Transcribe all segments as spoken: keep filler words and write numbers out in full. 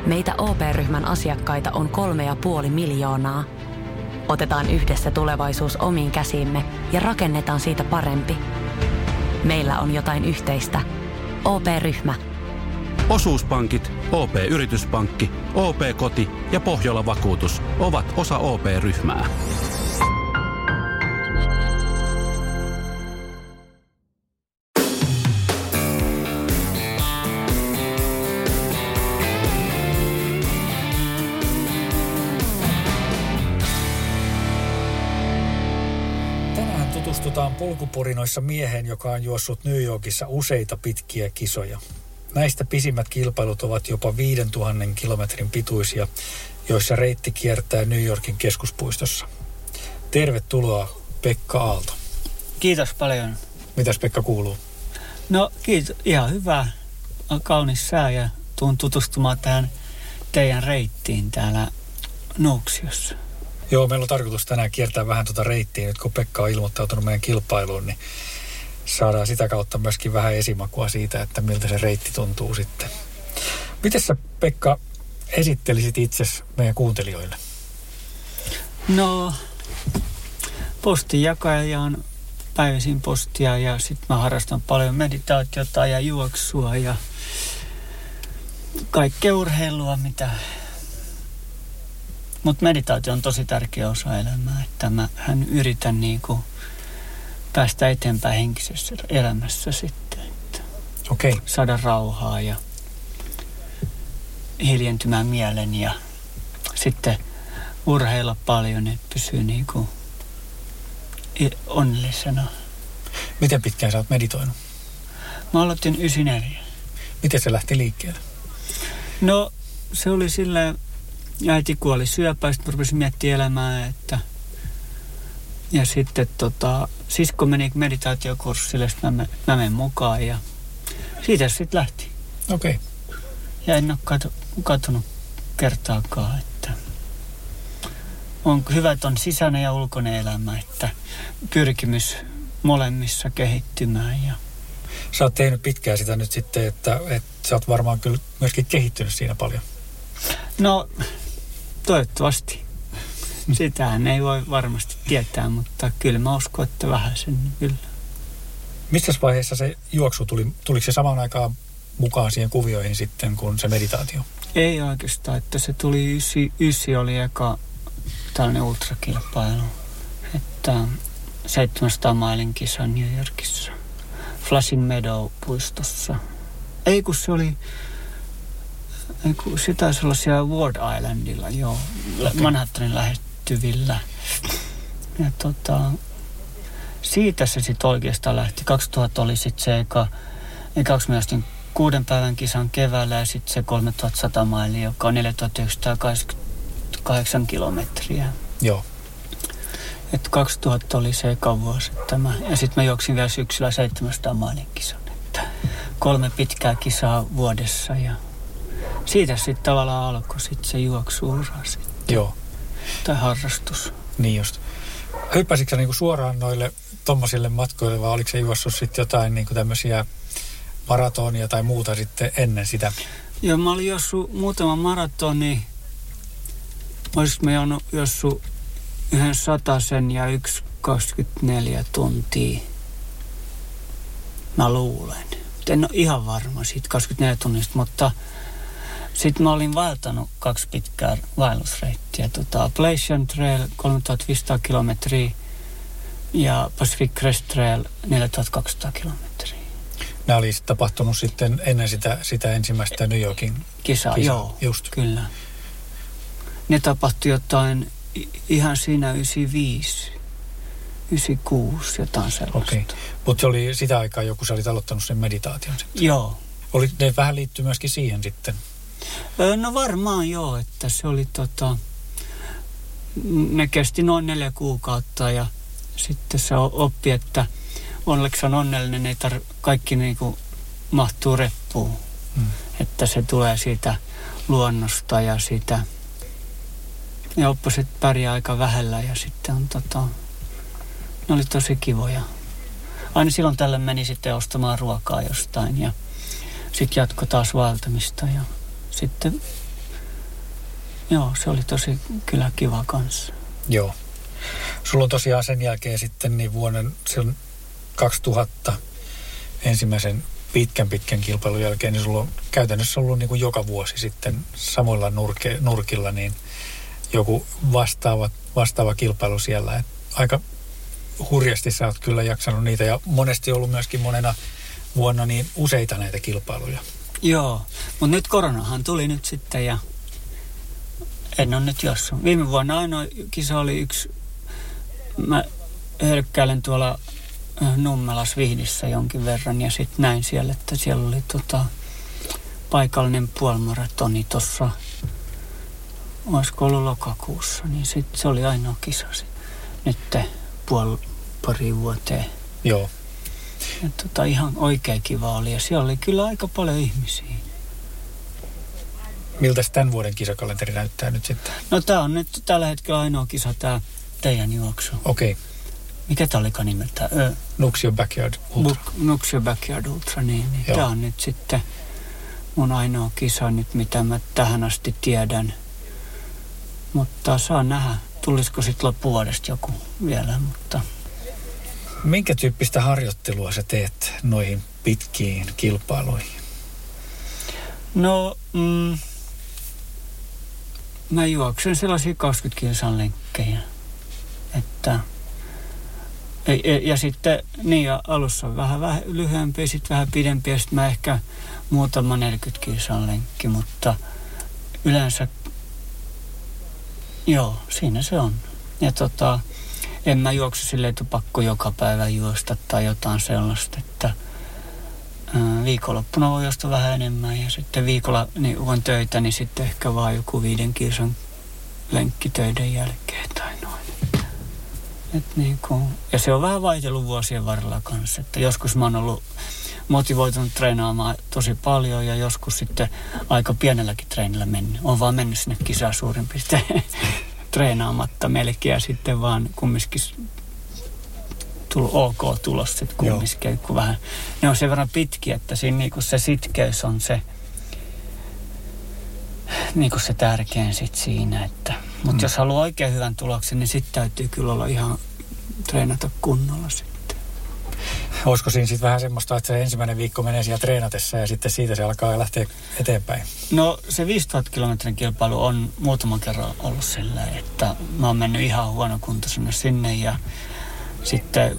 Meitä O P-ryhmän asiakkaita on kolme ja puoli miljoonaa. Otetaan yhdessä tulevaisuus omiin käsiimme ja rakennetaan siitä parempi. Meillä on jotain yhteistä. O P-ryhmä. Osuuspankit, O P-yrityspankki, O P-koti ja Pohjola-vakuutus ovat osa O P-ryhmää. Tutustutaan polkupurinoissa mieheen, joka on juossut New Yorkissa useita pitkiä kisoja. Näistä pisimmät kilpailut ovat jopa viidentuhannen kilometrin pituisia, joissa reitti kiertää New Yorkin keskuspuistossa. Tervetuloa, Pekka Aalto. Kiitos paljon. Mitäs Pekka kuuluu? No kiitos, ihan hyvä. On kaunis sää ja tuun tutustumaan tähän teidän reittiin täällä Nuuksiossa. Joo, meillä on tarkoitus tänään kiertää vähän tuota reittiä. Nyt kun Pekka on ilmoittautunut meidän kilpailuun, niin saadaan sitä kautta myöskin vähän esimakua siitä, että miltä se reitti tuntuu sitten. Miten sä, Pekka, esittelisit itsesi meidän kuuntelijoille? No, postinjakaja jaan päivisin postia ja sitten mä harrastan paljon meditaatiota ja juoksua ja kaikkea urheilua, mitä... Mutta meditaatio on tosi tärkeä osa elämää, että mä hän yritän niinku päästä eteenpäin henkisessä elämässä sitten. Okei. Saada rauhaa ja hiljentymään mielen ja sitten urheilla paljon, että pysyy niinku onnellisena. Miten pitkään sä oot meditoinut? Mä aloitin yhdeksänkymmentäneljä. Miten se lähti liikkeelle? No se oli silleen, äiti kuoli syöpään, sitten rupesin miettimään elämää, että ja sitten tota, sisko meni meditaatiokurssille, sitten mä, mä menen mukaan ja siitä sitten lähti. Okei. Okay. Ja en ole katu, katunut kertaakaan, että on hyvä, että on sisäinen ja ulkoinen elämä, että pyrkimys molemmissa kehittymään. Ja sä oot tehnyt pitkään sitä nyt sitten, että, että sä oot varmaan kyllä myöskin kehittynyt siinä paljon. No, toivottavasti. Sitähän ei voi varmasti tietää, mutta kyllä mä uskon, että vähän sen kyllä. Missä vaiheessa se juoksu tuli? Tuliko se samaan aikaan mukaan siihen kuvioihin sitten kuin se meditaatio? Ei oikeastaan, että se tuli ysi, ysi oli eka tällainen ultrakilpailu, että seitsemänsadan mailin kisa New Yorkissa, Flushing Meadow-puistossa. Ei kun se oli... Se taisi olla siellä Ward Islandilla, joo, okay. Manhattanin lähettyvillä. Ja tota, siitä se sitten oikeastaan lähti. kaksituhatta oli sitten se eka, ekaksi myöskin kuuden päivän kisan keväällä ja sitten se kolmetuhattasata mailia, joka on neljätuhattayhdeksänsataakahdeksankymmentäkahdeksan kilometriä. Joo. Että kaksituhatta oli se eka vuosi tämä. Ja sitten mä juoksin vielä syksyllä seitsemänsadan mailin kisan. Että kolme pitkää kisaa vuodessa ja siitä sitten tavallaan alkoi sitten se juoksuura sitten. Joo. Tai harrastus. Niin just. Hyppäsitkö sä niinku suoraan noille tommosille matkoille vai oliko se juossut sitten jotain niinku tämmöisiä maratonia tai muuta sitten ennen sitä? Joo, mä olin juossut muutama maratoni. Olisiko mä juossut yhden satasen ja yksi kaksikymmentäneljä tuntia. Mä luulen. En ole ihan varma siitä kaksikymmentäneljä tunnista, mutta sitten mä olin vaeltanut kaksi pitkää vaellusreittiä. Tota, Appalachian Trail kolmetuhattaviisisataa kilometriä ja Pacific Crest Trail neljätuhattakaksisataa kilometriä. Nämä oli tapahtunut sitten ennen sitä, sitä ensimmäistä New Yorkin kisaa. Kisa. Joo, just. Kyllä. Ne tapahtui jotain ihan siinä yhdeksänkymmentäviisi, yhdeksänkymmentäkuusi, jotain sellaista. Okei, okay. Mutta se oli sitä aikaa joku, sä olit aloittanut sen meditaation sitten. Joo. Oli, ne vähän liittyy myöskin siihen sitten. No varmaan joo, että se oli tota, ne kesti noin neljä kuukautta ja sitten se oppi, että onneksi on onnellinen, ei tar- kaikki niinku mahtuu reppuun. Hmm. Että se tulee siitä luonnosta ja sitä, ja oppiset pärjää aika vähällä ja sitten on tota, ne oli tosi kivoja. Aina silloin tällä meni sitten ostamaan ruokaa jostain ja sitten jatko taas vaeltamista ja sitten joo, se oli tosi kyllä kiva kanssa. Joo. Sulla on tosiaan sen jälkeen sitten niin vuoden silloin kaksituhatta ensimmäisen pitkän pitkän kilpailun jälkeen, niin sulla on käytännössä ollut niin kuin joka vuosi sitten samoilla nurke, nurkilla niin joku vastaava, vastaava kilpailu siellä. Et aika hurjasti sä oot kyllä jaksanut niitä ja monesti ollut myöskin monena vuonna niin useita näitä kilpailuja. Joo, mutta nyt koronahan tuli nyt sitten ja en ole nyt jossain. Viime vuonna ainoa kisa oli yksi, mä hölkkäilen tuolla Nummelas Vihdissä jonkin verran ja sitten näin siellä, että siellä oli tota, paikallinen puolimaratoni tuossa, olisiko ollut lokakuussa, niin sitten se oli ainoa kisa nyt puoli pari vuoteen. Joo. Ja tota, ihan oikein kiva oli ja siellä oli kyllä aika paljon ihmisiä. Miltäs tämän vuoden kisakalenteri näyttää nyt sitten? No tää on nyt tällä hetkellä ainoa kisa tää teidän juoksu. Okei. Okay. Mikä tää olikaan nimeltä? Ö, Nuuksio Backyard Ultra. Nuuksio Backyard Ultra, niin. niin. Tää on nyt sitten mun ainoa kisa nyt, mitä mä tähän asti tiedän. Mutta saa nähdä, tulisiko sitten loppuvuodesta joku vielä, mutta... Minkä tyyppistä harjoittelua sä teet noihin pitkiin kilpailuihin? No, mm, mä juoksen sellaisia kaksikymmentä kilsan lenkkejä, että... Ja, ja sitten niin ja alussa on vähän, vähän lyhyempiä, sitten vähän pidempiä, sitten mä ehkä muutama neljäkymmentä kilsan lenkki, mutta yleensä joo, siinä se on. Ja tota, en mä juokse silleen, että pakko joka päivä juosta tai jotain sellaista, että ää, viikonloppuna voi juosta vähän enemmän ja sitten viikolla niin on töitä, niin sitten ehkä vaan joku viiden kilsan lenkki töiden jälkeen tai noin. Et niin kuin, ja se on vähän vaihdellut vuosien varrella kanssa, että joskus mä oon ollut motivoitunut treenaamaan tosi paljon ja joskus sitten aika pienelläkin treenillä mennyt. On vaan mennyt sinne kisaan suurin piirtein treenaamatta melkein ja sitten vaan kumminkin tullut ok tulos sitten kumminkin, kun vähän, ne on sen verran pitkiä, että siinä niin kuin se sitkeys on se, niin kuin se tärkein sitten siinä, että mutta mm. jos haluaa oikein hyvän tuloksen, niin sitten täytyy kyllä olla ihan treenata kunnolla sitten. Olisiko siinä sitten vähän semmoista, että se ensimmäinen viikko menee siellä treenatessa ja sitten siitä se alkaa lähteä eteenpäin? No se viisituhatta kilometrin kilpailu on muutaman kerran ollut sillä, että mä oon mennyt ihan huonokuntoisena sinne ja sitten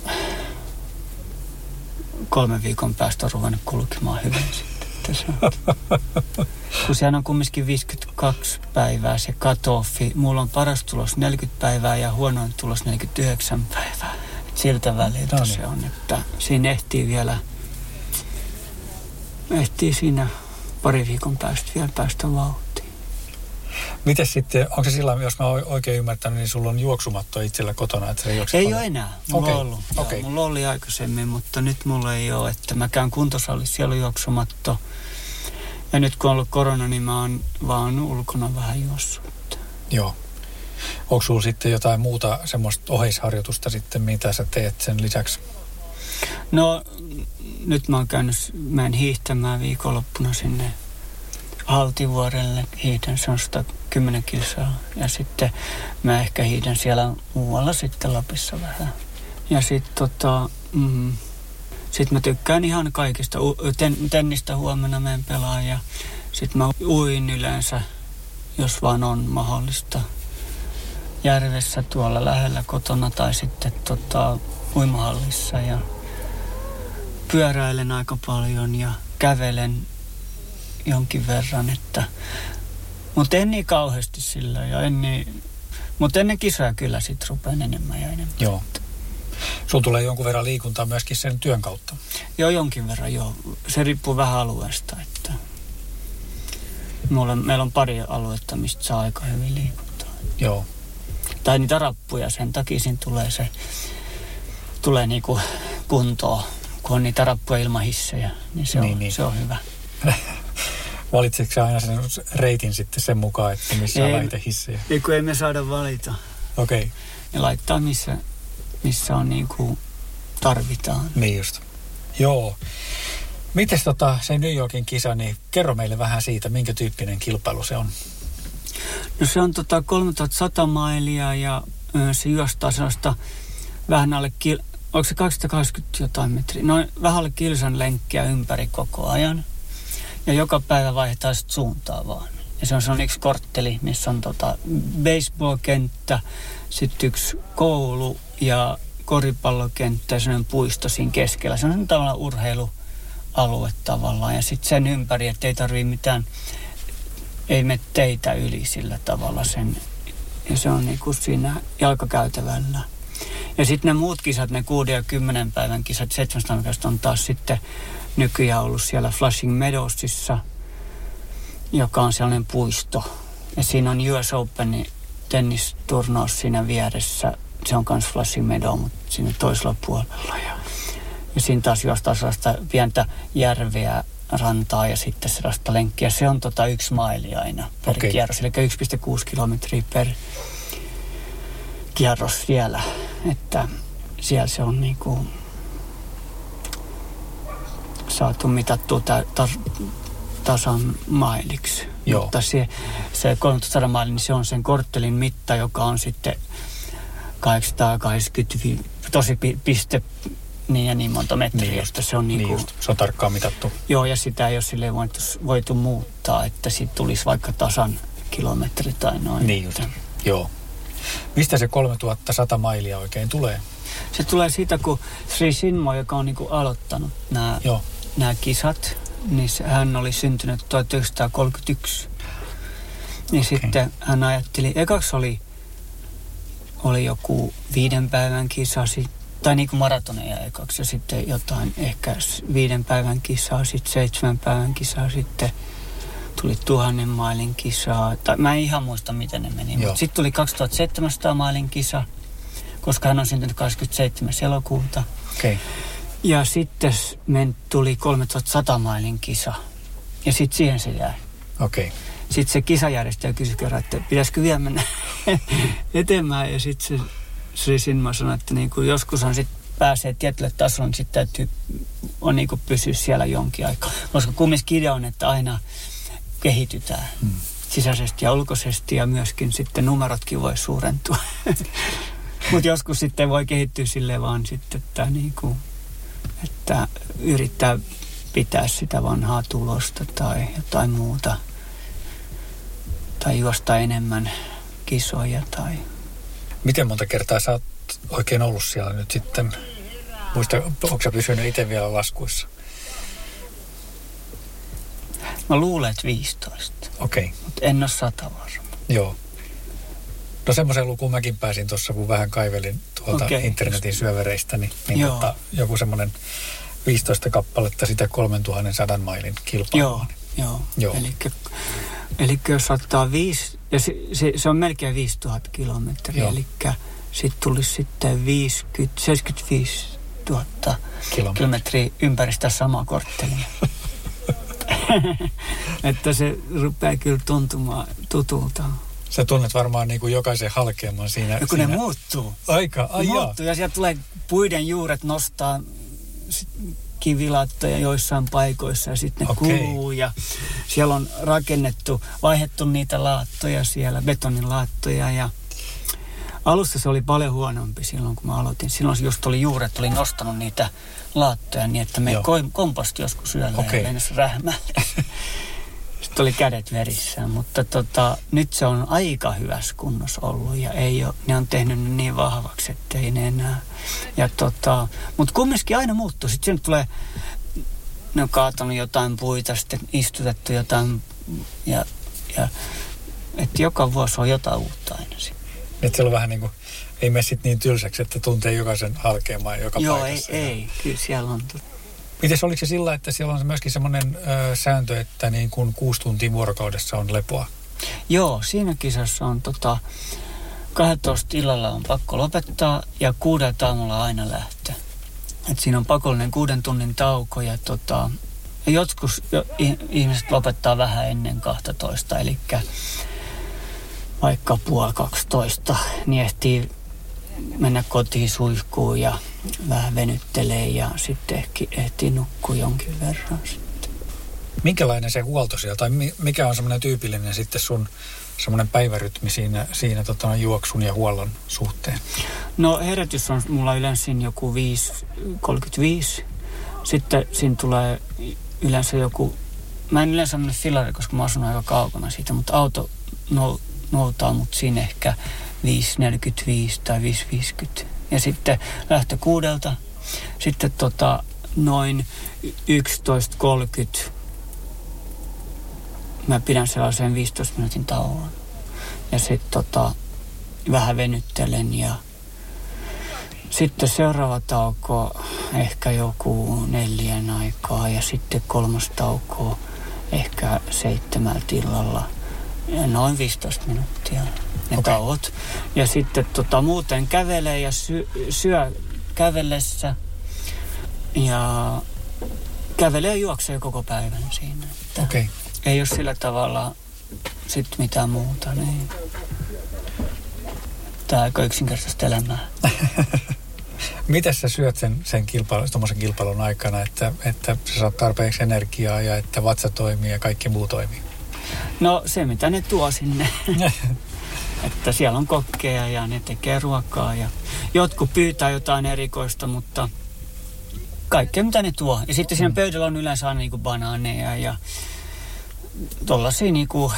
kolmen viikon päästä on ruvennut kulkemaan hyvin sitten. Kun sehän on kumminkin viisikymmentäkaksi päivää se cut-offi. Mulla on paras tulos neljäkymmentä päivää ja huonoin tulos neljäkymmentäyhdeksän päivää. Et siltä väliltä no niin. Se on, että siinä ehtii vielä, ehtii siinä pari viikon päästä vielä päästä vauhtiin. Mites sitten, onko se sillä, jos mä oon oikein ymmärtänyt, niin sulla on juoksumatto itsellä kotona, että se juokset ei paljon? Ole enää. Mulla okay. on ollut. Okay. Joo, mulla oli aikaisemmin, mutta nyt mulla ei ole, että mä käyn kuntosalissa, siellä on juoksumatto. Ja nyt kun on ollut korona, niin mä oon vaan ulkona vähän juossut. Joo. Onko sulla sitten jotain muuta semmoista oheisharjoitusta sitten, mitä sä teet sen lisäksi? No, nyt mä oon käynyt, menen hiihtämään viikonloppuna sinne Haltivuorelle. Hiihdän, se on sata kymmenen kilsaa. Ja sitten mä ehkä hiihdän siellä muualla sitten Lapissa vähän. Ja sitten tota... Mm, Sitten mä tykkään ihan kaikista. Ten, tennistä huomenna menen pelaan ja sitten mä uin yleensä, jos vaan on mahdollista, järvessä tuolla lähellä kotona tai sitten tota, uimahallissa ja pyöräilen aika paljon ja kävelen jonkin verran, että mutta en niin kauheasti sillä ja en niin, mutta ennen kisoja kyllä sit rupean enemmän ja enemmän. Joo. Sulla tulee jonkun verran liikuntaa myöskin sen työn kautta. Joo, jonkin verran, joo. Se riippuu vähän alueesta, että mulla, meillä on pari aluetta, mistä saa aika hyvin liikuntaa. Joo. Tai niitä rappuja, sen takia siinä tulee se, tulee niinku kuntoon, kun on niitä rappuja ilman hissejä, niin se, niin, on, niin. se on hyvä. Valitsetko sä aina sen reitin sitten sen mukaan, että missä on vähiten hissejä? Ei, kun ei me saada valita. Okei. Okay. Ne laittaa missä... missä on niin kuin tarvitaan. Niin just. Joo. Mites tota, se New Yorkin kisa, niin kerro meille vähän siitä, minkä tyyppinen kilpailu se on? No se on tota kolmetuhattasata mailia ja ö, se juostaa sellaista vähän alle, kil- onko se kaksisataakaksikymmentä jotain metriä? No vähän alle kilsan lenkkiä ympäri koko ajan. Ja joka päivä vaihtaa sitten suuntaa vaan. Ja se on sellainen yksi kortteli, missä on tota baseball-kenttä, sitten yksi koulu ja koripallokenttä ja sellainen puisto siinä keskellä. Se on tavallaan urheilualue tavallaan ja sitten sen ympäri, että ei tarvitse mitään, ei mene teitä yli sillä tavalla sen. Ja se on niinku siinä jalkakäytävällä. Ja sitten ne muut kisat, ne kuuden ja kymmenen päivän kisat, seitsemästä on taas sitten nykyään ollut siellä Flushing Meadowsissa, joka on sellainen puisto. Ja siinä on U S Open tennisturnaus siinä vieressä. Se on myös Flushing Meadow, mutta siinä toisella puolella. Ja, ja siinä taas juostaa sellaista pientä järveä, rantaa ja sitten sellaista lenkkiä. Se on tota yksi maili aina per okay. kierros, eli yksi pilkku kuusi kilometriä per kierros siellä. Että siellä se on niinku saatu mitattua ta- ta- tasan mailiksi. Joo. Mutta se, se kolmetuhatta maili, niin se on sen korttelin mitta, joka on sitten kahdeksansataakahdeksankymmentä, tosi piste niin ja niin monta metriä, niin josta se on niinku... Niin se on tarkkaan mitattu. Joo, ja sitä ei ole silleen voitu, voitu muuttaa, että siitä tulisi vaikka tasan kilometri tai noin. Niin just, joo. Mistä se kolmetuhattasata mailia oikein tulee? Se tulee siitä, kun Sri Chinmoy, joka on niinku aloittanut nämä, nämä kisat, niin se, hän oli syntynyt tuhatyhdeksänsataakolmekymmentäyksi. Niin okay. Sitten hän ajatteli, ekaksi oli, oli joku viiden päivän kisa, tai niin kuin maratoneja ekaksi, ja sitten jotain ehkä viiden päivän kisaa, sitten seitsemän päivän kisaa, sitten tuli tuhannen mailin kisaa. Tai mä en ihan muista, miten ne meni, mutta sitten tuli kaksituhattaseitsemänsataa mailin kisa, koska hän on syntynyt kahdeskymmenesseitsemäs elokuuta. Okay. Ja sitten men, tuli kolmetuhattasata mailin kisa. Ja sitten siihen se jäi. Okei. Okay. Sitten se kisajärjestäjä kysyi kerran, että pitäisikö vielä mennä eteenpäin. Ja sitten se Sri Chinmoy sanoi, että niin kuin joskushan sitten pääsee tietylle tasolle, niin sitten täytyy on niin kuin pysyä siellä jonkin aikaa. Koska kumminkin idea on, että aina kehitytään hmm. sisäisesti ja ulkoisesti ja myöskin sitten numerotkin voi suurentua. Mutta joskus sitten voi kehittyä silleen vaan sitten, että, niin kuin, että yrittää pitää sitä vanhaa tulosta tai jotain muuta. Tai juosta enemmän kisoja tai... Miten monta kertaa sä oot oikein ollut siellä nyt sitten? Muista, onko sä pysynyt itse vielä laskuissa? Mä luulen, että viisitoista. Okei. Okay. Mutta en ole sata varma. Joo. No semmoisen lukuun mäkin pääsin tuossa, kun vähän kaivelin tuolta okay. internetin syövereistä, niin, niin tota, joku semmoinen viisitoista kappaletta sitä kolmetuhatta mailin kilpailua. Joo, joo. joo. Elikkä, elikkä jos ottaa viisi, ja se, se, se on melkein viisituhatta kilometriä, eli sitten tulisi sitten viisikymmentä, seitsemänkymmentäviisi tuhatta kilometriä ympäri sitä samaa korttelia. Että se rupeaa kyllä tuntumaan tutulta. Sä tunnet varmaan niin kuin jokaisen halkeaman siinä. Ja kun siinä... ne muuttuu. Aika, ai ne muuttuu ja sieltä tulee puiden juuret nostaa kivilattoja joissain paikoissa ja sitten ne okay. kuluu ja siellä on rakennettu, vaihdettu niitä laattoja siellä, betonin laattoja ja alussa se oli paljon huonompi silloin, kun mä aloitin. Silloin just oli juuret, oli nostanut niitä laattoja niin, että me komposti joskus yöllä okay. ja mennessä rähmälle. Sitten oli kädet verissään, mutta tota, nyt se on aika hyvässä kunnossa ollut ja ei ole, ne on tehnyt niin vahvaksi, ettei ne enää. Ja tota, mutta kumminkin aina muuttuu. Sitten sinne tulee, ne on kaatanut jotain puita, sitten istutettu jotain ja, ja että joka vuosi on jotain uutta aina siinä. Että siellä on vähän niin kuin, ei mene sitten niin tylsäksi, että tuntee jokaisen halkeamaan joka Joo, paikassa. Joo, ei, ei, kyllä siellä on. Mites oliko se sillä, että siellä on myöskin semmoinen ö, sääntö, että niin kuin kuusi tuntia vuorokaudessa on lepoa? Joo, siinä kisassa on tota, kaksitoista illalla on pakko lopettaa ja kuudelta aamulla aina lähtö. Et siinä on pakollinen kuuden tunnin tauko ja tota, joskus jo, ihmiset lopettaa vähän ennen kaksitoista, eli vaikka puoli kaksitoista, niin ehtii mennä kotiin suihkuun ja vähän venyttelee ja sitten ehkä ehtii nukkua jonkin verran sitten. Minkälainen se huolto siellä, tai mikä on semmoinen tyypillinen sitten sun semmoinen päivärytmi siinä, siinä tota, juoksun ja huollon suhteen? No herätys on mulla yleensä joku viisi kolmekymmentäviisi. Sitten siinä tulee yleensä joku, mä en yleensä mene fillari, koska mä asun aika kaukana siitä, mutta auto nou, noutaa mut siinä ehkä viisi neljäkymmentäviisi tai viisi viisikymmentä. Ja sitten lähtö kuudelta, sitten tota noin yksitoista kolmekymmentä mä pidän sellaisen viisitoista minuutin tauon. Ja sitten tota, vähän venyttelen ja sitten seuraava tauko ehkä joku neljän aikaa ja sitten kolmas tauko ehkä seitsemältä illalla. Ja noin viisitoista minuuttia ne okay. tauot. Ja sitten tota, muuten kävelee ja sy- syö kävellessä ja kävelee ja juoksee koko päivän siinä. Okei. Okay. Ei ole sillä tavalla sitten mitään muuta. Niin. Tämä on aika yksinkertaista elämää. Miten sä syöt sen, sen kilpailu, kilpailun aikana, että, että sä saat tarpeeksi energiaa ja että vatsa toimii ja kaikki muu toimii? No se, mitä ne tuo sinne. Että siellä on kokkeja ja ne tekee ruokaa ja jotkut pyytää jotain erikoista, mutta kaikkea mitä ne tuo. Ja sitten siinä pöydällä on yleensä aina niinku banaaneja ja tollaisia niinku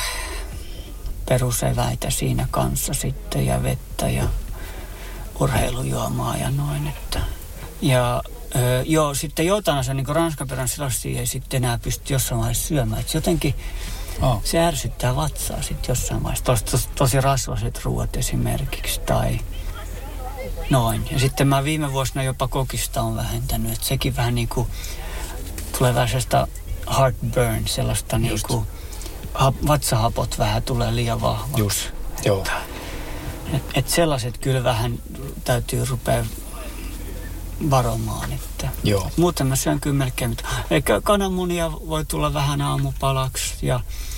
peruseväitä siinä kanssa sitten ja vettä ja urheilujuomaa ja noin. Että. Ja öö, joo, sitten jotain asia, niin kuin ranskaperän sellaisia ei sitten enää pysty jossain vaiheessa syömään. Että jotenkin oh. se ärsyttää vatsaa sitten jossain vaiheessa. Tos, tos, tosi rasvaset ruoat esimerkiksi tai noin. Ja sitten mä viime vuosina jopa kokista on vähentänyt. Että sekin vähän niin kuin tulee vähän sellaista heartburn, sellaista niin kuin vatsahapot vähän tulee liian vahvaksi. Just, joo. Et, et sellaiset kyllä vähän täytyy rupea varomaan. Että joo. Muuten mä syön kyllä melkein mitä. Eikä kananmunia voi tulla vähän aamupalaksi ja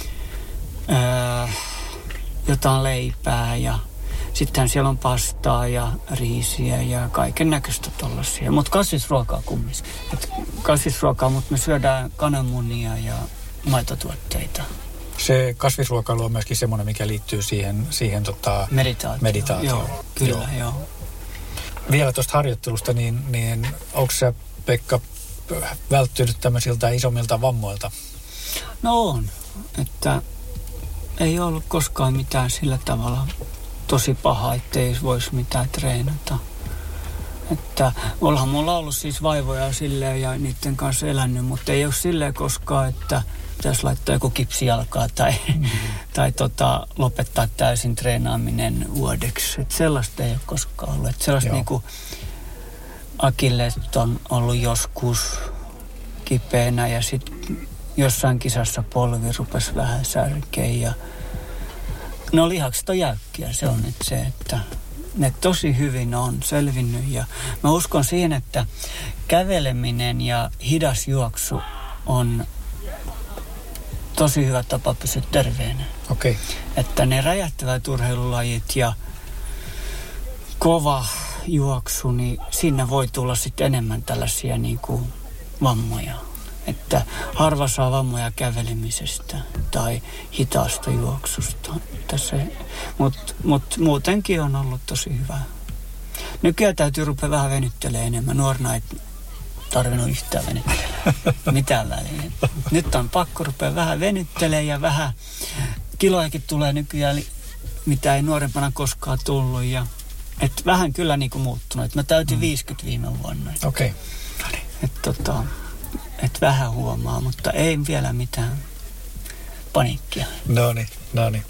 ää, jotain leipää ja sitten siellä on pastaa ja riisiä ja kaiken näköistä tollaisia. Mutta kasvisruokaa kumminkin. Kasvisruokaa, mutta me syödään kananmunia ja maitotuotteita. Se kasvisruokailu on myöskin semmoinen, mikä liittyy siihen, siihen tota, meditaatioon. meditaatioon. Joo, kyllä, joo. joo. Vielä tuosta harjoittelusta, niin, niin onko sä, Pekka, välttynyt tämmöisiltä isommilta vammoilta? No on, että ei ollut koskaan mitään sillä tavalla tosi paha, ettei voisi mitään treenata. Että ollaan mulla ollut siis vaivoja silleen ja niiden kanssa elänyt, mutta ei ole silleen koskaan, että pitäisi laittaa joku kipsi jalkaa tai, mm-hmm. tai tota, lopettaa täysin treenaaminen vuodeksi. Että sellaista ei ole koskaan ollut. Että sellaista niin kuin akilleet on ollut joskus kipeänä ja sitten jossain kisassa polvi rupesi vähän särkeä. Ja no lihakset on jäykkiä, se on nyt se, että ne tosi hyvin on selvinnyt. Ja mä uskon siihen, että käveleminen ja hidas juoksu on tosi hyvä tapa pysyä terveenä. Okay. Että ne räjähtävät urheilulajit ja kova juoksu, niin siinä voi tulla sitten enemmän tällaisia niin kuin vammoja. Että harva saa vammoja kävelemisestä tai hitaasta juoksusta. Mutta mut muutenkin on ollut tosi hyvä. Nykyään täytyy rupea vähän venyttelemään enemmän. Nuorena ei tarvinnut yhtään venyttelemään. Mitään väliä. Nyt on pakko rupea vähän venyttelemään ja vähän kilojakin tulee nykyään, mitä ei nuorempana koskaan tullut. Ja, et vähän kyllä niinku muuttunut. Et mä täytin mm. viisikymmentä viime vuonna. Okei. Okay. Että tota, et vähän huomaa, mutta ei vielä mitään paniikkia. No niin, no niin.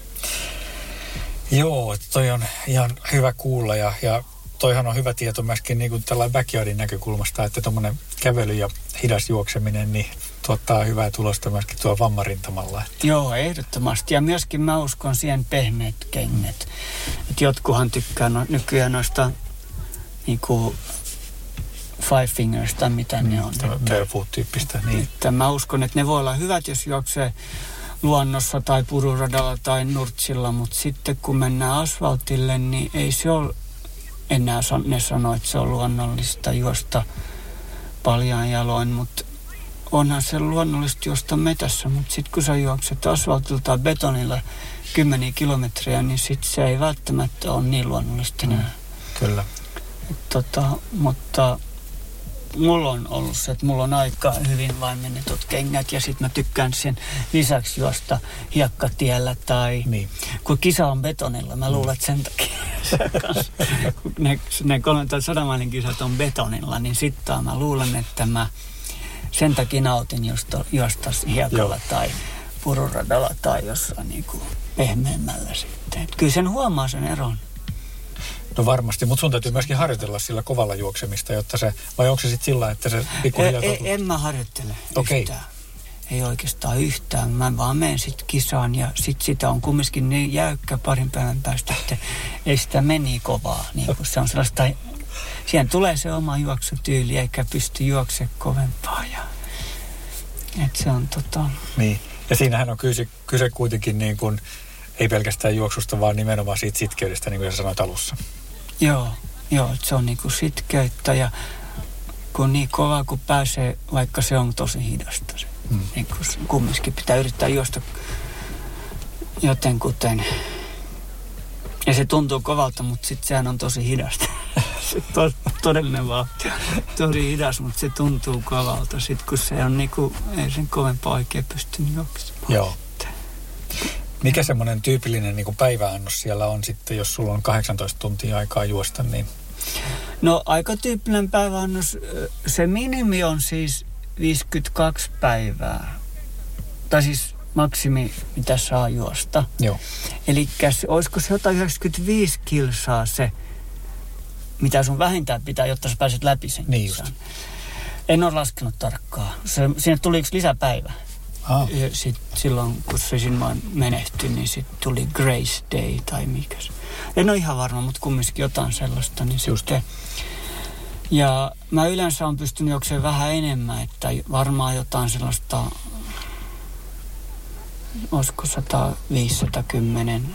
Joo, toi on ihan hyvä kuulla ja, ja toihan on hyvä tieto myöskin niin kuin tällainen backyardin näkökulmasta, että tuommoinen kävely ja hidas juokseminen niin tuottaa hyvää tulosta myöskin tuo vammarintamalla. Joo, ehdottomasti. Ja myöskin mä uskon siihen pehmeät kengät. Että jotkuhan tykkää no, nykyään noista niin kuin five fingers tai mitä mm, ne on. Barefoot-tyyppistä, niin. Että mä uskon, että ne voi olla hyvät, jos juoksee luonnossa tai pururadalla tai nurtsilla, mutta sitten kun mennään asfaltille, niin ei se ole enää, ne sanoo, että se on luonnollista juosta paljaan jaloin, mutta onhan se luonnollisesti juosta metässä, mutta sitten kun sä juokset asfaltilla tai betonilla kymmeniä kilometriä, niin sitten se ei välttämättä ole niin luonnollista enää. Mm, kyllä. Tota, mutta mulla on ollut se, että mulla on aika hyvin vaimennetut kengät ja sitten mä tykkään sen lisäksi juosta hiekkatiellä tai niin. Kun kisa on betonilla, mä luulen, että sen takia kun ne, ne kolmesataa mailin kisat on betonilla, niin sitten mä luulen, että mä sen takia nautin juosta, juosta hiekalla Joo. tai pururadalla tai jossain niin kuin pehmeämmällä sitten. Et kyllä sen huomaa sen eron. No varmasti, mutta sun täytyy myöskin harjoitella sillä kovalla juoksemista, jotta se, vai onko se sitten sillä, että se pikkuhiljaa e, e, En mä harjoittele okay. yhtään. Ei oikeastaan yhtään. Mä vaan menen sitten kisaan ja sitten sitä on kumminkin niin jäykkä parin päivän päästä, että ei sitä meni kovaa. Niin kun se on sellaista, siihen tulee se oma juoksutyyli eikä pysty juoksemaan kovempaa. Ja, et se on tota... Niin, ja siinähän on kyse, kyse kuitenkin niin kuin, ei pelkästään juoksusta, vaan nimenomaan siitä sitkeydestä, niin kuin sä sanoit alussa. Joo, joo, se on niin kuin sitkeyttä ja kun niin kovaa kun pääsee, vaikka se on tosi hidasta. Se, hmm. niin kuin kumminkin pitää yrittää juosta jotenkuten. Ja se tuntuu kovalta, mutta sitten sehän on tosi hidasta. Se to, todellinen vauhti. Tosi hidas, mutta se tuntuu kovalta. Sitten kun se on niin kuin, ei sen kovempaa oikein pysty juoksemaan. Joo. Mikä semmoinen tyypillinen niin kuin päiväannos siellä on sitten, jos sulla on kahdeksantoista tuntia aikaa juosta, niin... No aika tyypillinen päiväannos. Se minimi on siis viisikymmentäkaksi päivää. Tai siis maksimi, mitä saa juosta. Joo. Elikkä olisiko se jotain yhdeksänkymmentäviisi kilsaa se, mitä sun vähintään pitää, jotta sä pääset läpi sen niin kilsaan. En ole laskenut tarkkaan. Se, sinne tuli yksi lisäpäivä. Ah. Ja sit silloin, kun se sinne menehtyi, niin sitten tuli Grace Day tai mikä se. En ole ihan varma, mutta kumminkin jotain sellaista. Niin sitten. Ja mä yleensä olen pystynyt juoksemaan vähän enemmän, että varmaan jotain sellaista, olisiko sata viisi sata kymmenen,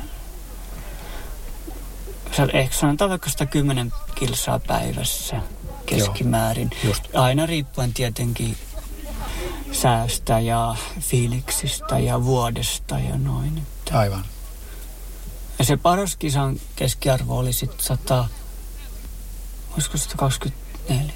ehkä sanotaan vaikka sata kymmenen kilsaa päivässä keskimäärin. Aina riippuen tietenkin säästä ja fiiliksistä ja vuodesta ja noin. Että. Aivan. Ja se paras kisan keskiarvo oli sitten sata, olisiko sata kaksikymmentäneljä?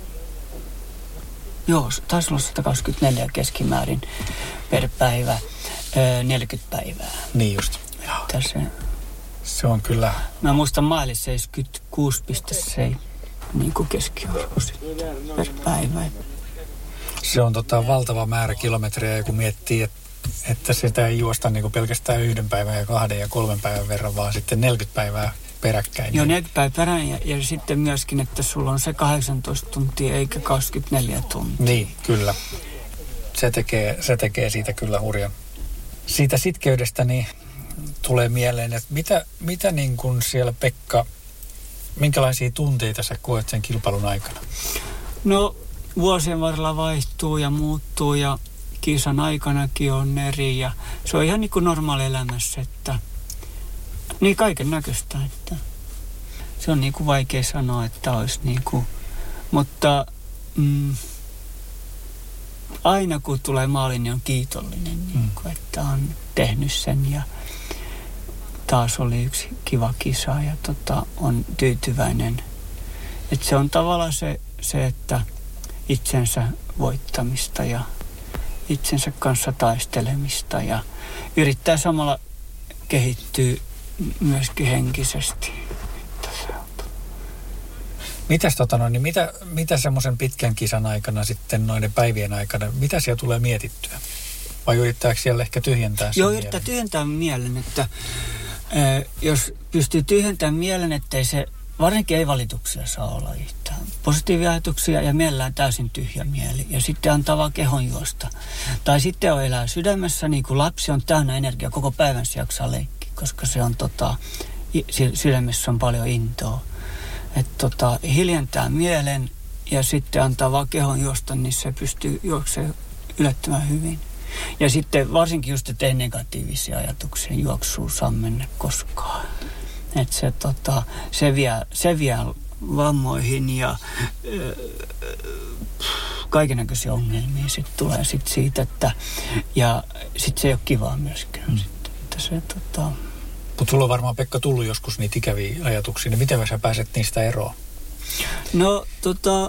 Joo, taisi olla sata kaksikymmentäneljä keskimäärin per päivä, öö, neljäkymmentä päivää. Niin just. Joo. Se, se on kyllä... Mä muistan maille seitsemänkymmentäkuusi pilkku seitsemän niin kuin keskiarvo per päivä. Se on tota valtava määrä kilometrejä, ja kun miettii, että, että sitä ei juosta niin kuin pelkästään yhden päivän ja kahden ja kolmen päivän verran, vaan sitten neljäkymmentä päivää peräkkäin. Joo, neljäkymmentä päivää peräin ja, ja sitten myöskin, että sulla on se kahdeksantoista tuntia eikä kaksikymmentäneljä tuntia. Niin, kyllä. Se tekee, se tekee siitä kyllä hurjan. Siitä sitkeydestä niin tulee mieleen, että mitä, mitä niin kuin siellä Pekka, minkälaisia tunteita sä koet sen kilpailun aikana? No... Vuosien varrella vaihtuu ja muuttuu ja kisan aikanakin on eri ja se on ihan niin kuin normaali elämässä, että niin kaiken näköistä, että se on niin kuin vaikea sanoa, että olisi niin kuin, mutta mm, aina kun tulee maaliin, niin on kiitollinen, niin kuin, että on tehnyt sen ja taas oli yksi kiva kisa ja tota, on tyytyväinen, että se on tavallaan se, se että itsensä voittamista ja itsensä kanssa taistelemista ja yrittää samalla kehittyä myöskin henkisesti. Mitäs tota no, niin mitä, mitä semmoisen pitkän kisan aikana sitten noiden päivien aikana, mitä siellä tulee mietittyä? Vai yrittääkö siellä ehkä tyhjentää sen Joo, yrittää mielen? tyhjentää mielen, että äh, jos pystyy tyhjentämään mielen, ettei se varsinkin ei valituksia saa olla yhtään. Positiivisia ajatuksia ja mielellään täysin tyhjä mieli. Ja sitten antaa vaan kehon juosta. Tai sitten on elää sydämessä, niin kuin lapsi on täynnä energiaa, koko päivän se jaksaa leikkiä, koska se on tota, sydämessä on paljon intoa. Että tota, hiljentää mielen ja sitten antaa vaan kehon juosta, niin se pystyy juoksemaan yllättävän hyvin. Ja sitten varsinkin just, että ei negatiivisia ajatuksia juoksua saa mennä koskaan. Että se, tota, se, vie, se vie vammoihin ja äh, kaikennäköisiä ongelmia sitten tulee sit siitä, että ja sitten se ei ole kivaa myöskään. Mm. Sit, että se, tota... Mutta sulla on varmaan, Pekka, tullut joskus niitä ikäviä ajatuksia, niin miten sä pääset niistä eroon? No tota,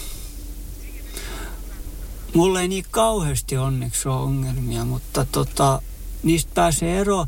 mulla ei niin kauheasti onneksi ole ongelmia, mutta tota, niistä pääsee eroon.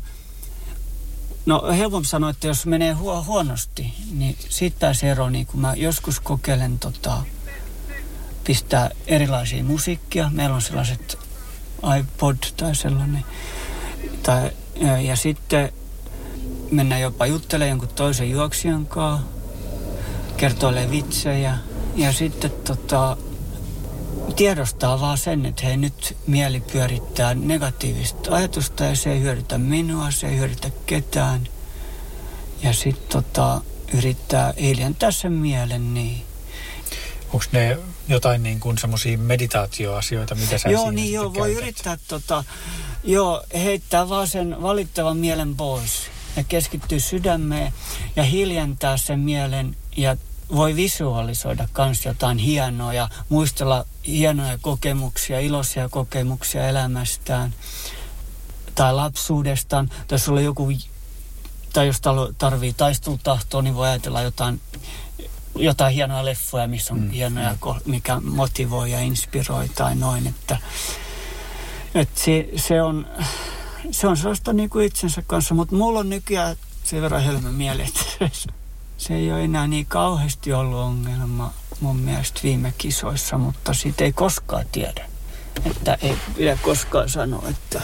No helpompi sanoa, että jos menee huo- huonosti, niin siitä pääsee eroon, niin kun mä joskus kokeilen tota, pistää erilaisia musiikkia. Meillä on sellaiset iPod tai sellainen. Tai, ja, ja sitten mennään jopa juttelemaan jonkun toisen juoksijan kanssa, kertoilee vitsejä. Ja sitten tota, tiedostaa vaan sen, että hei, nyt mieli pyörittää negatiivista ajatusta ja se ei hyödytä minua, se ei hyödytä ketään. Ja sitten tota, yrittää hiljentää sen mielen niin. Onko ne jotain niin kuin semmoisia meditaatioasioita, mitä sä Joo, niin joo, voi yrittää tota, joo, heittää vaan sen valittavan mielen pois ja keskittyä sydämeen ja hiljentää sen mielen ja voi visualisoida kans jotain hienoa ja muistella hienoja kokemuksia, iloisia kokemuksia elämästään tai lapsuudestaan. Tai jos sulla on joku, tai jos tarvii taistelutahtoa, niin voi ajatella jotain, jotain hienoja leffoja, missä on mm. hienoja, mikä motivoi ja inspiroi tai noin. Että, että se, se, on, se on sellaista niin kuin itsensä kanssa, mutta mulla on nykyään sen verran hölmö mieli, että se ei ole enää niin kauheasti ollut ongelma mun mielestä viime kisoissa, mutta siitä ei koskaan tiedä. Että ei pidä koskaan sanoa, että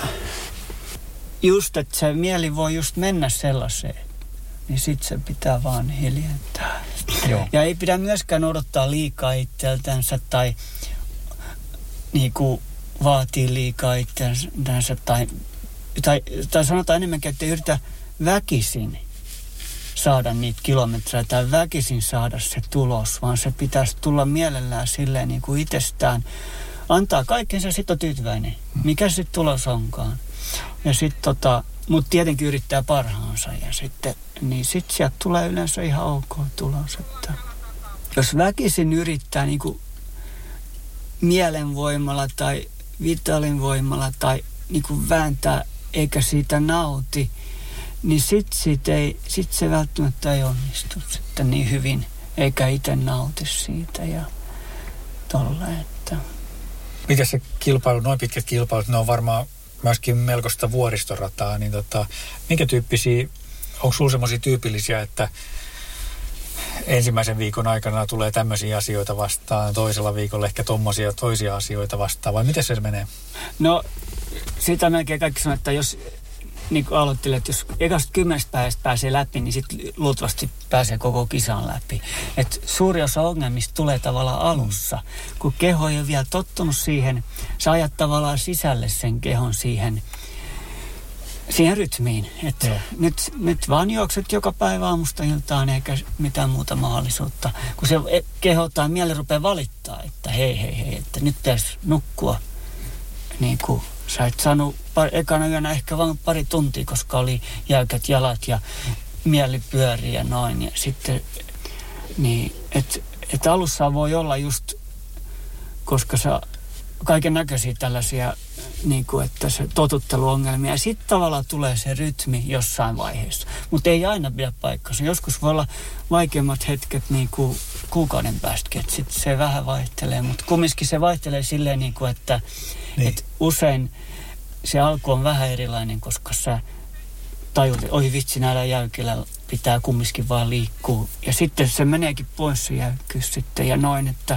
just, että se mieli voi just mennä sellaiseen, niin sit se pitää vaan hiljentää. Joo. Ja ei pidä myöskään odottaa liikaa itseltänsä tai niinku vaatii liikaa itseltänsä tai, tai, tai sanotaan enemmänkin, että ei yritä väkisin saada niitä kilometrejä tai väkisin saada se tulos, vaan se pitäisi tulla mielellään silleen niin kuin itsestään. Antaa kaikkensa, sit on tyytyväinen, mikä se tulos onkaan. Ja sit tota, mut tietenkin yrittää parhaansa ja sitten, niin sit sieltä tulee yleensä ihan ok tulos. Että jos väkisin yrittää niin kuin mielenvoimalla tai vitalin voimalla tai niin kuin vääntää eikä siitä nauti, niin sitten sit ei, sit se välttämättä ei onnistu sitten niin hyvin, eikä itse nauti siitä ja tolleen, että... Miten se kilpailu, noin pitkät kilpailut, ne on varmaan myöskin melkoista vuoristorataa, niin tota, minkä tyyppisiä, onko sulla semmoisia tyypillisiä, että ensimmäisen viikon aikana tulee tämmöisiä asioita vastaan, toisella viikolla ehkä tommosia toisia asioita vastaan, vai miten se menee? No, sitä melkein kaikki sanoo, että jos... Niin kuin aloittelin, että jos ekasta kymmenestä päivästä pääsee läpi, niin sitten luultavasti pääsee koko kisan läpi. Et suuri osa ongelmista tulee tavallaan alussa. Kun keho ei ole vielä tottunut siihen, sä ajat tavallaan sisälle sen kehon siihen, siihen rytmiin. Että nyt, nyt vaan juokset joka päivä aamusta iltaan eikä mitään muuta mahdollisuutta. Kun se keho tai mieli rupeaa valittaa, että hei hei hei, että nyt pitäisi nukkua niin kuin sä et saanut par, ekana yönä ehkä vain pari tuntia, koska oli jäykät jalat ja mieli pyöri ja noin. Ja sitten, niin, että et alussa voi olla just, koska sä kaiken näköisiä tällaisia, niin kuin, että se totutteluongelmia. Ja sitten tavallaan tulee se rytmi jossain vaiheessa. Mutta ei aina pidä paikkansa. Joskus voi olla vaikeimmat hetket niin kuin kuukauden päästäkin, että sitten se vähän vaihtelee. Mutta kumminkin se vaihtelee silleen, niin kuin, että niin. Et usein se alku on vähän erilainen, koska sä tajut, että oi vitsi, näillä jäykillä pitää kumminkin vaan liikkua. Ja sitten se meneekin pois se jäykkyys sitten ja noin, että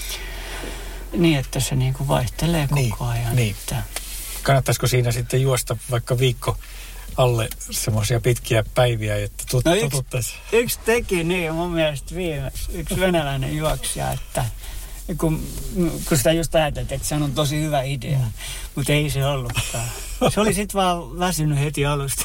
niin, että se niinku vaihtelee koko niin, ajan. Niin. Että... Kannattaisiko siinä sitten juosta vaikka viikko alle semmoisia pitkiä päiviä, että tut- no totuttaisiin? Yksi teki niin mun mielestä viimeksi, yksi venäläinen juoksija, että kun, kun sitä just ajateltiin, että se on tosi hyvä idea, mm. mutta ei se ollutkaan. Se oli sitten vaan väsynyt heti alusta.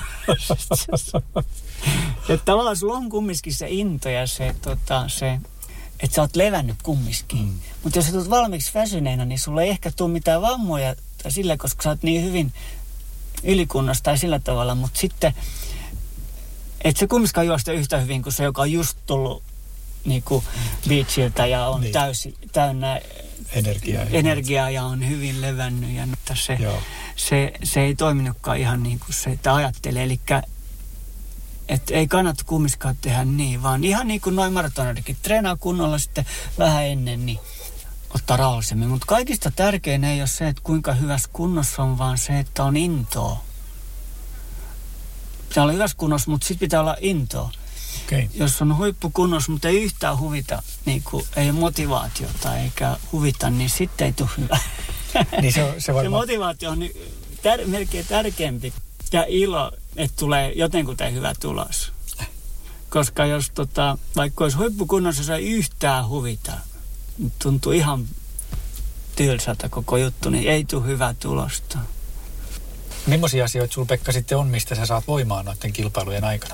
Että tavallaan sulla on kumminkin se into ja se, tota, se että sä oot levännyt kumminkin. Mm. Mutta jos sä tulet valmiiksi väsyneenä, niin sulla ei ehkä tule mitään vammoja tai sillä, koska sä oot niin hyvin ylikunnassa tai sillä tavalla. Mutta sitten, et sä kumminkaan juosta yhtä hyvin kuin se, joka on just tullut niinku beachiltä ja on niin. täysi, täynnä energiaa, energiaa ja on hyvin levännyt. Ja se, se, se ei toiminutkaan ihan niin kuin se, että ajattelee. Eli että ei kannata kumminkaan tehdä niin, vaan ihan niin kuin noin maratonaritkin. Treenaa kunnolla sitten vähän ennen, niin ottaa rauhallisemmin. Mutta kaikista tärkein ei ole se, että kuinka hyvässä kunnossa on, vaan se, että on intoa. Pitää olla hyvässä kunnossa, mutta sitten pitää olla intoa. Okay. Jos on huippukunnossa, mutta ei yhtään huvita, niin kuin, ei ole motivaatiota eikä huvita, niin sitten ei tule hyvä. Niin se, on, se, varmaan... se motivaatio on tär, melkein tärkeämpi ja ilo, että tulee jotenkuten hyvä tulos. Koska jos tota, vaikka olisi huippukunnossa, se ei yhtään huvita, tuntuu ihan tylsältä koko juttu, niin ei tule hyvää tulosta. Millaisia asioita sulla, Pekka, sitten on, mistä sä saat voimaa noiden kilpailujen aikana?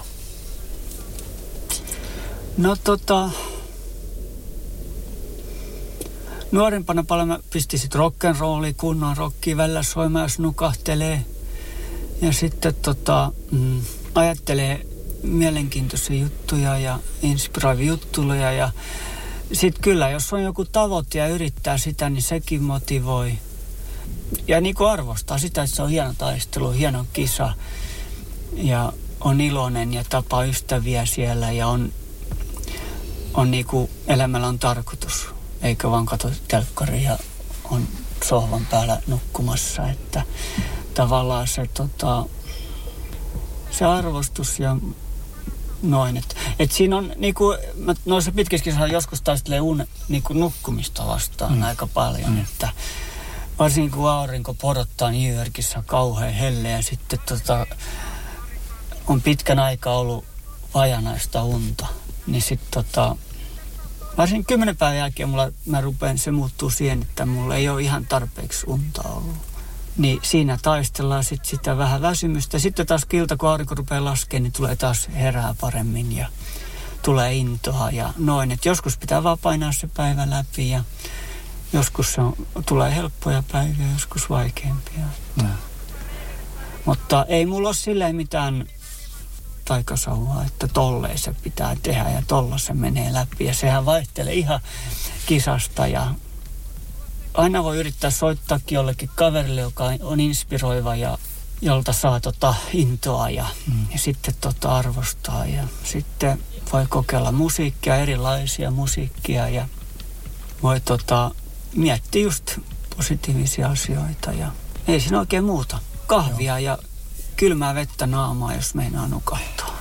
No tota... Nuorempana paljon mä pistin sit rock'n'rollia, kunnon rockia välillä soimaan, jos nukahtelee. Ja sitten tota, mm, ajattelee mielenkiintoisia juttuja ja inspiroivia juttuja. Ja sitten kyllä, jos on joku tavoite ja yrittää sitä, niin sekin motivoi. Ja niin kuin arvostaa sitä, että se on hieno taistelu, hieno kisa. Ja on iloinen ja tapaa ystäviä siellä ja on, on niin kuin elämällä on tarkoitus. Eikä vaan katso telkkaria ja on sohvan päällä nukkumassa. Että tavallaan se, tota, se arvostus ja noin. Että et siinä on niinku, noissa pitkissä kisoissa joskus taistelee un, niinku nukkumista vastaan mm. aika paljon. Mm. Että varsinkin kun aurinko porottaa New Yorkissa kauhean helle ja sitten tota, on pitkän aikaa ollut vajanaista unta. Niin sitten tota... Varsin kymmenen päivän jälkeen mulla, mä rupean, se muuttuu siihen, että mulla ei ole ihan tarpeeksi unta ollut. Niin siinä taistellaan sit sitä vähän väsymystä. Sitten taas kilta, kun aurinko rupeaa laskemaan, niin tulee taas herää paremmin ja tulee intoa ja noin. Et joskus pitää vaan painaa se päivä läpi ja joskus se on, tulee helppoja päiviä, joskus vaikeampia. Mm. Mutta ei mulla ole silleen mitään... taikasauvaa, että tolleen se pitää tehdä ja tolla se menee läpi. Ja sehän vaihtelee ihan kisasta ja aina voi yrittää soittaakin jollekin kaverille, joka on inspiroiva ja jolta saa tota intoa ja, mm. ja sitten tota arvostaa. Ja sitten voi kokeilla musiikkia, erilaisia musiikkia ja voi tota miettiä just positiivisia asioita ja ei siinä oikein muuta. Kahvia Joo. ja kylmää vettä naamaa, jos meinaa nukahtaa.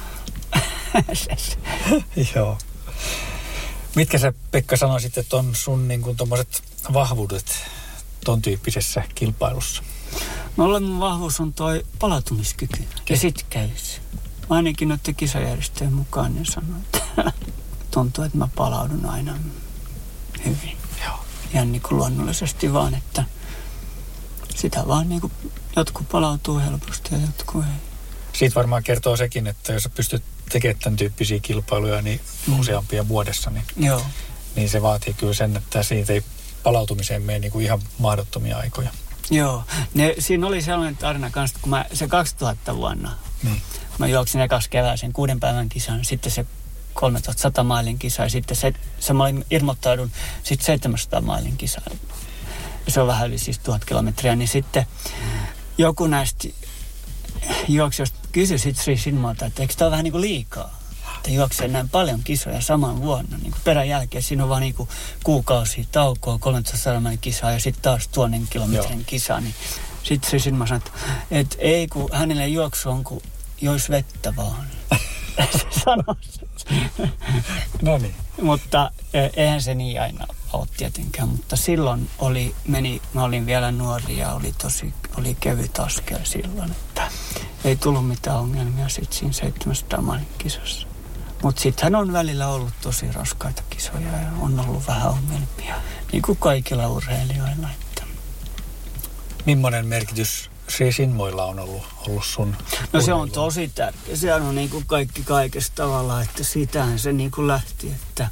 Joo. Mitkä sä, Pekka, sanoisit, että on sun niin kuin tommoset vahvuudet ton tyyppisessä kilpailussa? Mulla mun vahvuus on toi palautumiskyky ja sitkeys. Ainakin noiden kisajärjestöjen mukaan ne sanoo, että tuntuu, että mä palaudun aina hyvin. Joo. Ja niin kuin luonnollisesti vaan, että sitä vaan niin kuin jotkut palautuu helposti ja jotkut ei. Siitä varmaan kertoo sekin, että jos sä pystyt tekemään tämän tyyppisiä kilpailuja niin mm. useampia vuodessa, niin, Joo. niin se vaatii kyllä sen, että siitä ei palautumiseen mene niin kuin ihan mahdottomia aikoja. Joo. Ne, siinä oli sellainen tarina kanssa, kun mä se kaksituhatta vuonna, niin. mä juoksin ekas kevään sen kuuden päivän kisan, sitten se kolmetuhatta mailin kisa ja sitten se, se mä olin ilmoittaudun sitten seitsemänsataa mailin kisaan. Se on vähän yli siis tuhat kilometriä, niin sitten joku näistä juoksijoista kysyi sitten Sri Sinmalta, että eikö tämä ole vähän niin kuin liikaa, että juoksee näin paljon kisoja saman vuonna, niin kuin perän jälkeen. Siinä on vaan niin kuin kuukausia taukoa, kolmetuhatta mailin kisaa ja sitten taas tuhannen kilometrin Joo. kisa, niin sitten Sri Sinma sanoi, että, että ei kun hänelle juoksu on kuin jois vettä vaan. Se sanoi. No niin. Mutta eihän se niin aina ole tietenkään, mutta silloin oli, meni, mä olin vielä nuori ja oli tosi, oli kevyt askel silloin, että ei tullut mitään ongelmia sitten siinä seitsemänsataa mailin kisassa. Mutta sittenhän on välillä ollut tosi raskaita kisoja ja on ollut vähän ongelmia, niin kuin kaikilla urheilijoilla. Että. Millainen merkitys Sri Sinmoilla on ollut, ollut sun No se on tosi tärkeä. Se on niin kuin kaikki kaikessa tavalla, että siitähän se niin kuin lähti, että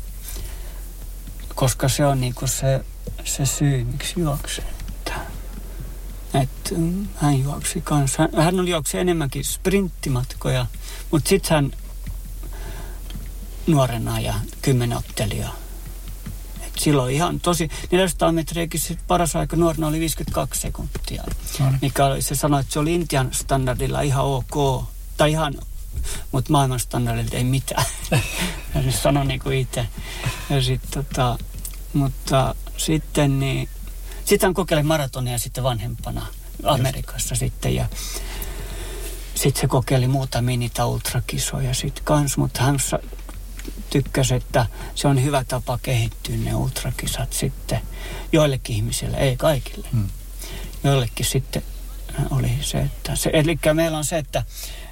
koska se on niin kuin se, se syy, miksi juoksee. Että, että hän juoksi kanssa. Hän oli juoksi enemmänkin sprinttimatkoja, mutta sitten hän nuorena ja kymmenen ottelijaa. Et silloin ihan tosi, neljäsataa metriäkin se paras aika nuorena oli viisikymmentäkaksi sekuntia. No. Mikä oli, se sanoi, että se oli Intian standardilla ihan ok, tai ihan, mutta maailman standardilla ei mitään. Ja se sanoi niin kuin itse. Ja sit, tota, mutta sitten niin, sitten hän kokeili maratonia sitten vanhempana Amerikassa Just. sitten ja sitten se kokeili muutamia niitä ultrakisoja sitten kans, mutta hän tykkäsi, että se on hyvä tapa kehittyä ne ultrakisat sitten joillekin ihmisille, ei kaikille. Hmm. Joillekin sitten oli se, että se, eli meillä on se, että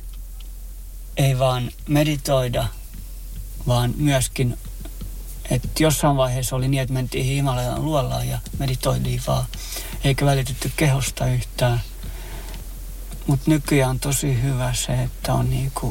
ei vaan meditoida, vaan myöskin, että jossain vaiheessa oli niin, että mentiin Himalajan luolaan ja meditoitiin vaan, eikä välitetty kehosta yhtään. Mutta nykyään on tosi hyvä se, että on niinku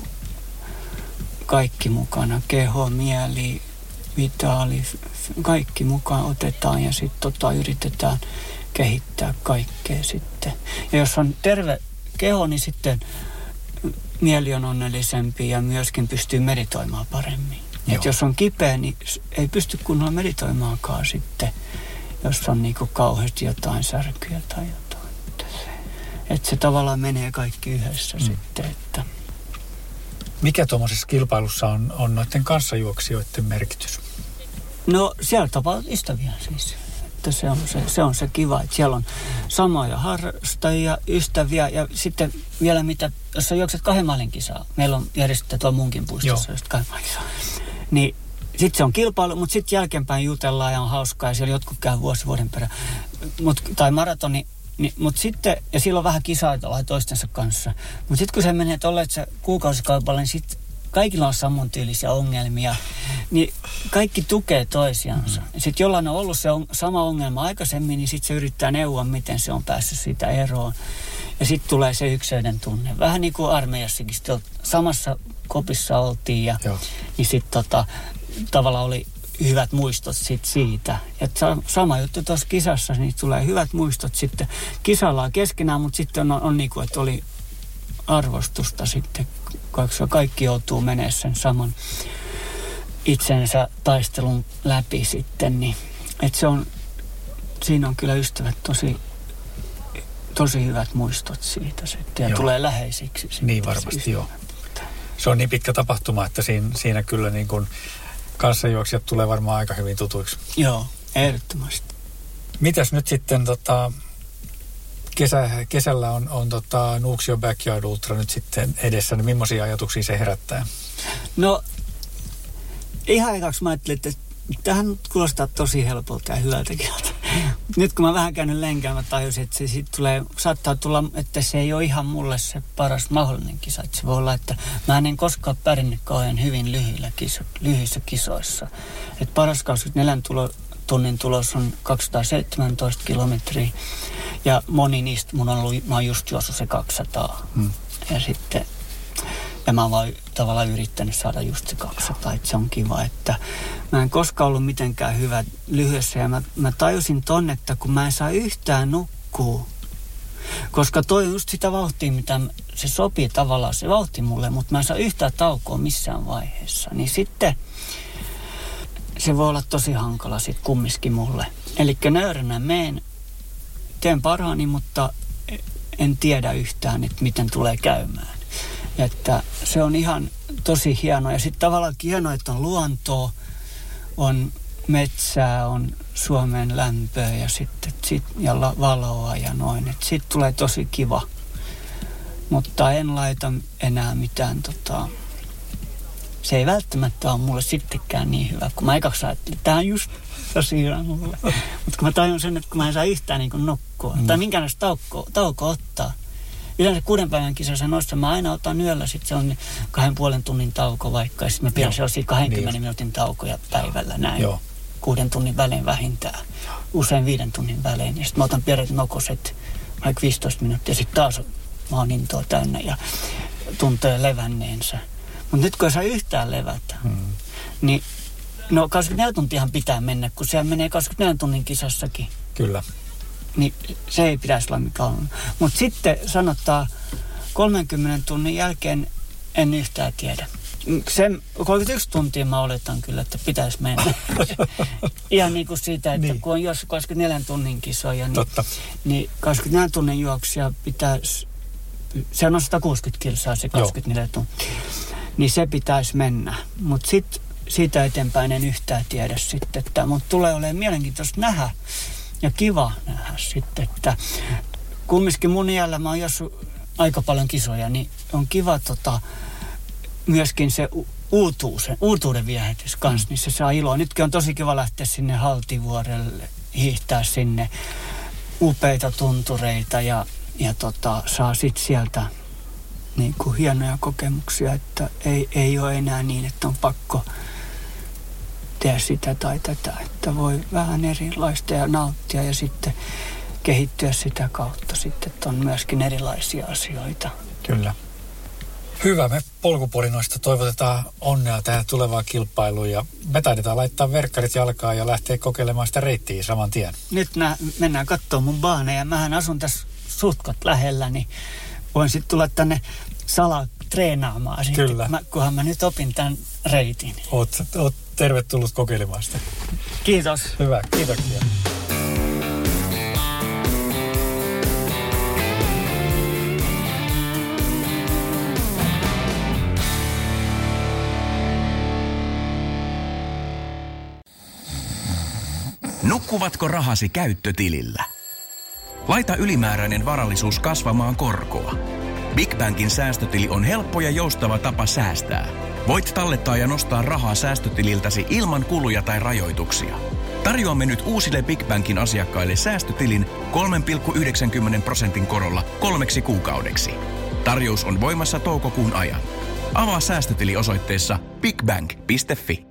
kaikki mukana. Keho, mieli, vitaali, kaikki mukaan otetaan ja sitten tota yritetään kehittää kaikkea sitten. Ja jos on terve keho, niin sitten mieli on onnellisempi ja myöskin pystyy meditoimaan paremmin. Et jos on kipeä, niin ei pysty kunnolla meditoimaankaan sitten, jos on niinku kauheasti jotain särkyjä tai jotain. Että se tavallaan menee kaikki yhdessä mm. sitten. Että. Mikä tuommoisessa kilpailussa on, on noiden kanssajuoksijoiden merkitys? No siellä tapaa ystäviä siis. Että se on se, se on se kiva, että siellä on samoja harrastajia, ystäviä ja sitten vielä mitä, jos sä juokset kahden mailin kisaa, meillä on järjestetty tuolla munkin puistossa just kahden mailin kisaa, niin sitten se on kilpailu, mutta sitten jälkeenpäin jutellaan ja on hauskaa ja siellä jotkut käy vuosi vuoden perään. Mut, tai maratoni. Niin, mutta sitten, ja silloin vähän kisaillaan toistensa kanssa. Mutta sitten kun se menee, että olet se kuukausikaupalla, niin sitten kaikilla on samantyylisiä ongelmia. Niin kaikki tukee toisiansa. Mm-hmm. Sitten jollain on ollut se on, sama ongelma aikaisemmin, niin sitten se yrittää neuvoa, miten se on päässyt siitä eroon. Ja sitten tulee se yksilöiden tunne. Vähän niin kuin armeijassakin, sitten samassa kopissa oltiin ja Joo. niin sitten tota, tavallaan oli hyvät muistot sit siitä. Että sama juttu tuossa kisassa, niin tulee hyvät muistot sitten. Kisallaan keskenään, mutta sitten on, on niin kuin, että oli arvostusta sitten, koska kaikki joutuu menemään sen saman itsensä taistelun läpi sitten. Niin, että se on, siinä on kyllä ystävät tosi, tosi hyvät muistot siitä sitten ja joo. tulee läheisiksi. Sitten niin varmasti joo. Se on niin pitkä tapahtuma, että siinä, siinä kyllä niin kuin kanssajuoksijat tulee varmaan aika hyvin tutuiksi. Joo, ehdottomasti. Mitäs nyt sitten tota, kesä, kesällä on, on tota, Nuuksio Backyard Ultra nyt sitten edessä, niin millaisia ajatuksia se herättää? No, ihan ekaksi mä ajattelin, että tämähän kuulostaa tosi helpolta ja hyvältäkin. Nyt kun mä vähän käynyt lenkään, mä tajusin, että se siitä tulee, saattaa tulla, että se ei ole ihan mulle se paras mahdollinen kisa. Että se voi olla, että mä en koskaan pärjännyt kauhean hyvin lyhyillä kiso, lyhyissä kisoissa. Että paras kaksikymmentäneljän tulo, tunnin tulos on kaksisataaseitsemäntoista kilometriä. Ja moni niistä, mun on ollut, mä oon just juossut se kaksisataa. Hmm. Ja sitten, ja mä oon vaan tavallaan yrittänyt saada just se kaksisataa, että se on kiva, että mä en koskaan ollut mitenkään hyvä lyhyessä ja mä, mä tajusin tonne, että kun mä en saa yhtään nukkua, koska toi on just sitä vauhtia, mitä se sopii tavallaan, se vauhti mulle, mutta mä en saa yhtään taukoa missään vaiheessa, niin sitten se voi olla tosi hankala sit kumminkin mulle. Eli nöyränä meen, teen parhaani, mutta en tiedä yhtään, että miten tulee käymään. Että se on ihan tosi hienoa. Ja sitten tavallaan hienoa, että on luontoa, on metsää, on Suomen lämpöä ja sitten sit, ja valoa ja noin. Että siitä tulee tosi kiva. Mutta en laita enää mitään, tota, se ei välttämättä ole mulle sittenkään niin hyvä, kun mä ekaksi ajattelin, että tämä on just tosi hyvä mulle. Mutta kun mä tajun sen, että kun mä en saa yhtään niin kuin nukkua, mm. tai minkäänlaista taukoa, tauko ottaa. Yleensä kuuden päivän kisassa noissa mä aina otan yöllä, sitten se on kahden puolen tunnin tauko vaikka, ja sitten mä pidän sellaisia kaksikymmentä niin. minuutin taukoja päivällä näin. Joo. Kuuden tunnin välein vähintään, usein viiden tunnin välein. Ja sitten mä otan pienet nokoset, vaikka viisitoista minuuttia, ja sitten taas mä oon intoa täynnä ja tuntee levänneensä. Mutta nyt kun ei saa yhtään levätä, hmm. niin no kaksikymmentäneljä tuntiahan pitää mennä, kun siellä menee kaksikymmentäneljä tunnin kisassakin. Kyllä. Niin se ei pitäisi olla mikä on. Mutta sitten sanotaan kolmenkymmenen tunnin jälkeen en yhtään tiedä. sen kolmekymmentäyksi tuntia mä oletan kyllä, että pitäisi mennä. Ihan niin kuin siitä, että niin. kun on jos kaksikymmentäneljän tunnin kisoja, niin, niin kaksikymmentäneljän tunnin juoksia pitäisi, se on sata kuusikymmentä kilsaa se kaksikymmentäneljä tuntia, niin se pitäisi mennä. Mutta sitten siitä eteenpäin en yhtään tiedä sitten, että mut tulee olemaan mielenkiintoista nähdä ja kiva nähdä sitten, että kumminkin mun iällä mä oon jossut aika paljon kisoja, niin on kiva tota, myöskin se uutuus, uutuuden viehätys kanssa, niin se saa iloa. Nytkin on tosi kiva lähteä sinne Haltivuorelle, hiihtää sinne upeita tuntureita ja, ja tota, saa sitten sieltä niin kuin hienoja kokemuksia, että ei, ei ole enää niin, että on pakko tehdä sitä tai tätä, että voi vähän erilaista ja nauttia ja sitten kehittyä sitä kautta sitten, että on myöskin erilaisia asioita. Kyllä. Hyvä, me polkuporinoista toivotetaan onnea tähän tulevaan kilpailuun ja me taidetaan laittaa verkkarit jalkaan ja lähteä kokeilemaan sitä reittiä saman tien. Nyt nää, mennään katsomaan mun baaneja. Mähän asun tässä suhtkot lähellä, niin voin sitten tulla tänne salaa treenaamaan sitten, Kyllä. Mä, kunhan mä nyt opin tämän reitin. Oot, oot tervetullut kokeilemaan sitä. Kiitos. Hyvä, kiitoksia. Nukkuvatko rahasi käyttötilillä? Laita ylimääräinen varallisuus kasvamaan korkoa. Big Bankin säästötili on helppo ja joustava tapa säästää. Voit tallettaa ja nostaa rahaa säästötililtäsi ilman kuluja tai rajoituksia. Tarjoamme nyt uusille Big Bankin asiakkaille säästötilin kolme pilkku yhdeksänkymmentä prosentin korolla kolmeksi kuukaudeksi. Tarjous on voimassa toukokuun ajan. Avaa säästötili osoitteessa bigbank piste fi.